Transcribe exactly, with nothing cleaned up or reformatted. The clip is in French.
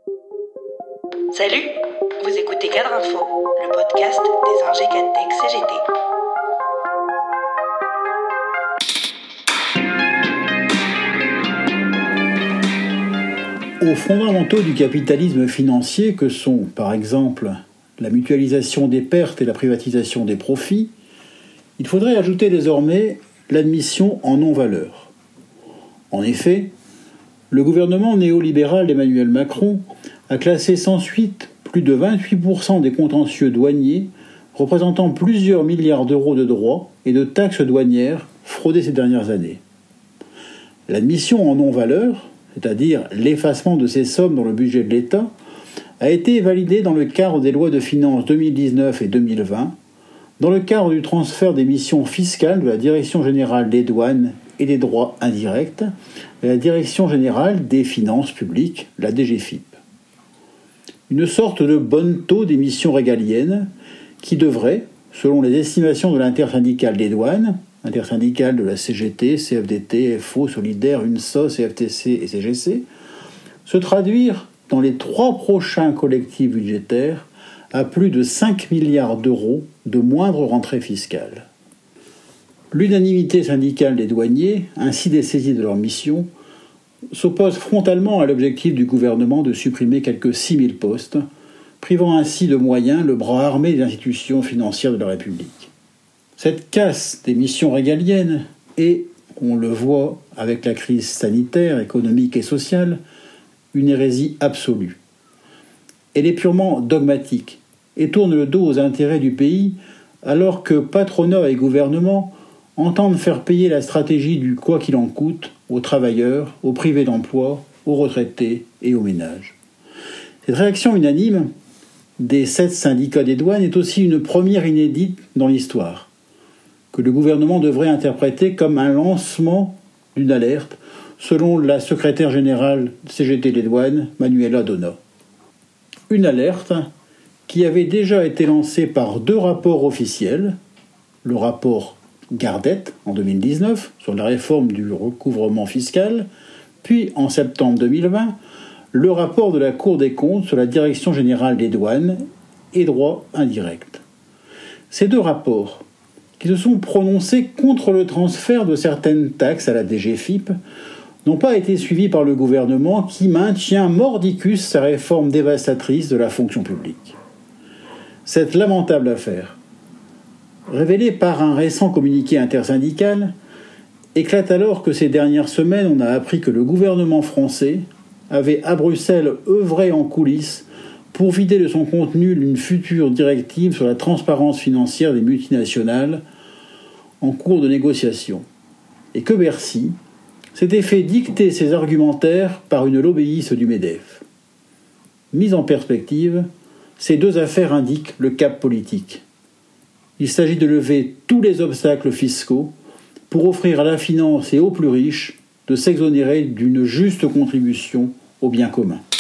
Salut, vous écoutez Cadre Info, le podcast des ingés Cadtech C G T. Aux fondamentaux du capitalisme financier que sont, par exemple, la mutualisation des pertes et la privatisation des profits, il faudrait ajouter désormais l'admission en non-valeur. En effet, le gouvernement néolibéral d'Emmanuel Macron a classé sans suite plus de vingt-huit pour cent des contentieux douaniers représentant plusieurs milliards d'euros de droits et de taxes douanières fraudés ces dernières années. L'admission en non-valeur, c'est-à-dire l'effacement de ces sommes dans le budget de l'État, a été validée dans le cadre des lois de finances deux mille dix-neuf et deux mille vingt, dans le cadre du transfert des missions fiscales de la Direction générale des douanes et des droits indirects et la Direction générale des finances publiques, la D G F I P. Une sorte de bon taux d'émissions régaliennes qui devrait, selon les estimations de l'intersyndicale des douanes, intersyndicale de la C G T, C F D T, F O, Solidaire, UNSO, C F T C et C G C, se traduire dans les trois prochains collectifs budgétaires à plus de cinq milliards d'euros de moindre rentrée fiscale. L'unanimité syndicale des douaniers, ainsi dessaisis de leur mission, s'oppose frontalement à l'objectif du gouvernement de supprimer quelques six mille postes, privant ainsi de moyens le bras armé des institutions financières de la République. Cette casse des missions régaliennes est, on le voit avec la crise sanitaire, économique et sociale, une hérésie absolue. Elle est purement dogmatique et tourne le dos aux intérêts du pays alors que patronat et gouvernement entendent faire payer la stratégie du « quoi qu'il en coûte » aux travailleurs, aux privés d'emploi, aux retraités et aux ménages. Cette réaction unanime des sept syndicats des douanes est aussi une première inédite dans l'histoire, que le gouvernement devrait interpréter comme un lancement d'une alerte, selon la secrétaire générale C G T des douanes, Manuela Donna. Une alerte qui avait déjà été lancée par deux rapports officiels, le rapport Gardette en deux mille dix-neuf sur la réforme du recouvrement fiscal, puis en septembre deux mille vingt, le rapport de la Cour des comptes sur la Direction générale des douanes et droits indirects. Ces deux rapports, qui se sont prononcés contre le transfert de certaines taxes à la D G F I P, n'ont pas été suivis par le gouvernement qui maintient mordicus sa réforme dévastatrice de la fonction publique. Cette lamentable affaire, révélée par un récent communiqué intersyndical, éclate alors que ces dernières semaines, on a appris que le gouvernement français avait à Bruxelles œuvré en coulisses pour vider de son contenu une future directive sur la transparence financière des multinationales en cours de négociation, et que Bercy s'était fait dicter ses argumentaires par une lobbyiste du MEDEF. Mise en perspective, ces deux affaires indiquent le cap politique. Il s'agit de lever tous les obstacles fiscaux pour offrir à la finance et aux plus riches de s'exonérer d'une juste contribution au bien commun.